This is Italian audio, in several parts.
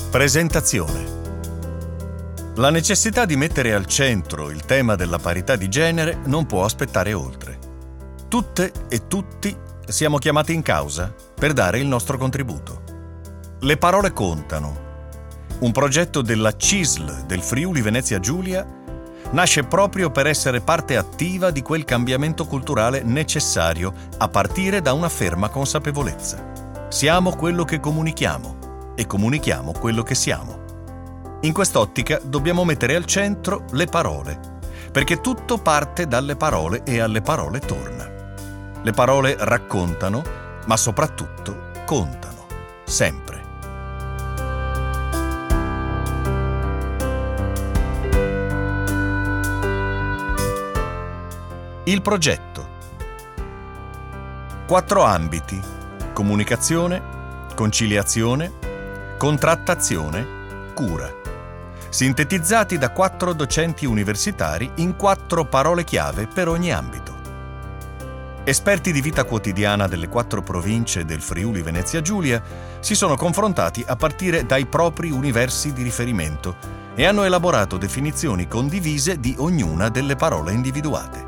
Presentazione. La necessità di mettere al centro il tema della parità di genere non può aspettare oltre. Tutte e tutti siamo chiamati in causa per dare il nostro contributo. Le parole contano. Un progetto della CISL del Friuli Venezia Giulia nasce proprio per essere parte attiva di quel cambiamento culturale necessario a partire da una ferma consapevolezza. Siamo quello che comunichiamo e comunichiamo quello che siamo. In quest'ottica dobbiamo mettere al centro le parole, perché tutto parte dalle parole e alle parole torna. Le parole raccontano, ma soprattutto contano, sempre. Il progetto. 4 ambiti: comunicazione, conciliazione, contrattazione, cura, sintetizzati da 4 docenti universitari in 4 parole chiave per ogni ambito. Esperti di vita quotidiana delle 4 province del Friuli Venezia Giulia si sono confrontati a partire dai propri universi di riferimento e hanno elaborato definizioni condivise di ognuna delle parole individuate.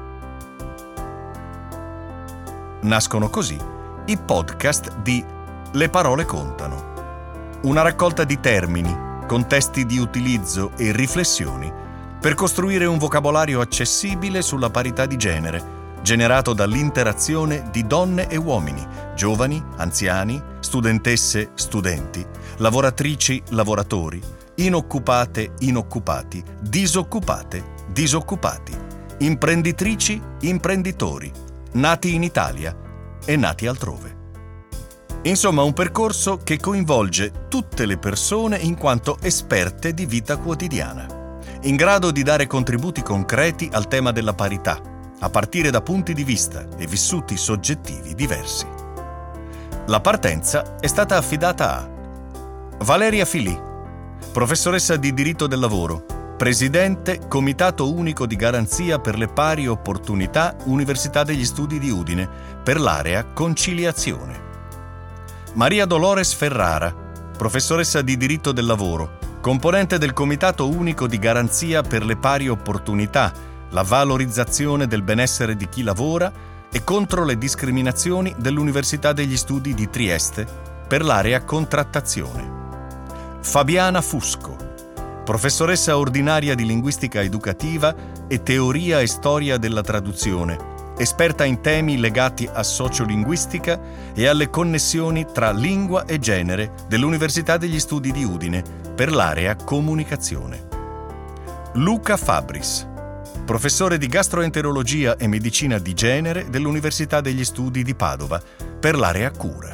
Nascono così i podcast di Le parole contano, una raccolta di termini, contesti di utilizzo e riflessioni per costruire un vocabolario accessibile sulla parità di genere, generato dall'interazione di donne e uomini, giovani, anziani, studentesse, studenti, lavoratrici, lavoratori, inoccupate, inoccupati, disoccupate, disoccupati, imprenditrici, imprenditori, nati in Italia e nati altrove. Insomma, un percorso che coinvolge tutte le persone in quanto esperte di vita quotidiana, in grado di dare contributi concreti al tema della parità, a partire da punti di vista e vissuti soggettivi diversi. La partenza è stata affidata a Valeria Filì, professoressa di diritto del lavoro, presidente Comitato Unico di Garanzia per le Pari Opportunità Università degli Studi di Udine, per l'area conciliazione. Maria Dolores Ferrara, professoressa di diritto del lavoro, componente del Comitato Unico di Garanzia per le Pari Opportunità, la valorizzazione del benessere di chi lavora e contro le discriminazioni dell'Università degli Studi di Trieste, per l'area contrattazione. Fabiana Fusco, professoressa ordinaria di linguistica educativa e teoria e storia della traduzione, esperta in temi legati a sociolinguistica e alle connessioni tra lingua e genere dell'Università degli Studi di Udine, per l'area comunicazione. Luca Fabris, professore di gastroenterologia e medicina di genere dell'Università degli Studi di Padova, per l'area cura.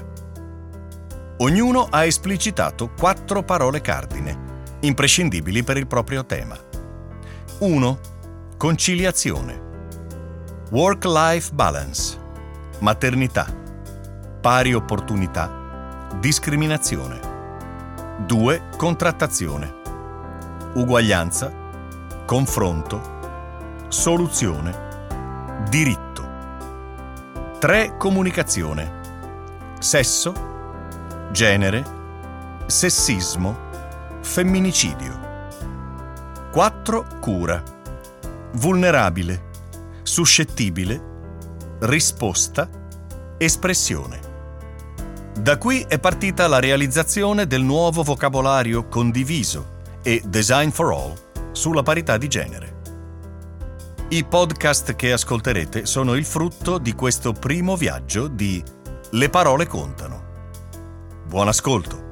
Ognuno ha esplicitato 4 parole cardine, imprescindibili per il proprio tema. 1. Conciliazione. Work-life balance. Maternità. Pari opportunità. Discriminazione. 2. Contrattazione. Uguaglianza. Confronto. Soluzione. Diritto. 3. Comunicazione. Sesso. Genere. Sessismo. Femminicidio. 4. Cura. Vulnerabile, suscettibile, risposta, espressione. Da qui è partita la realizzazione del nuovo vocabolario condiviso e Design for All sulla parità di genere. I podcast che ascolterete sono il frutto di questo primo viaggio di Le parole contano. Buon ascolto!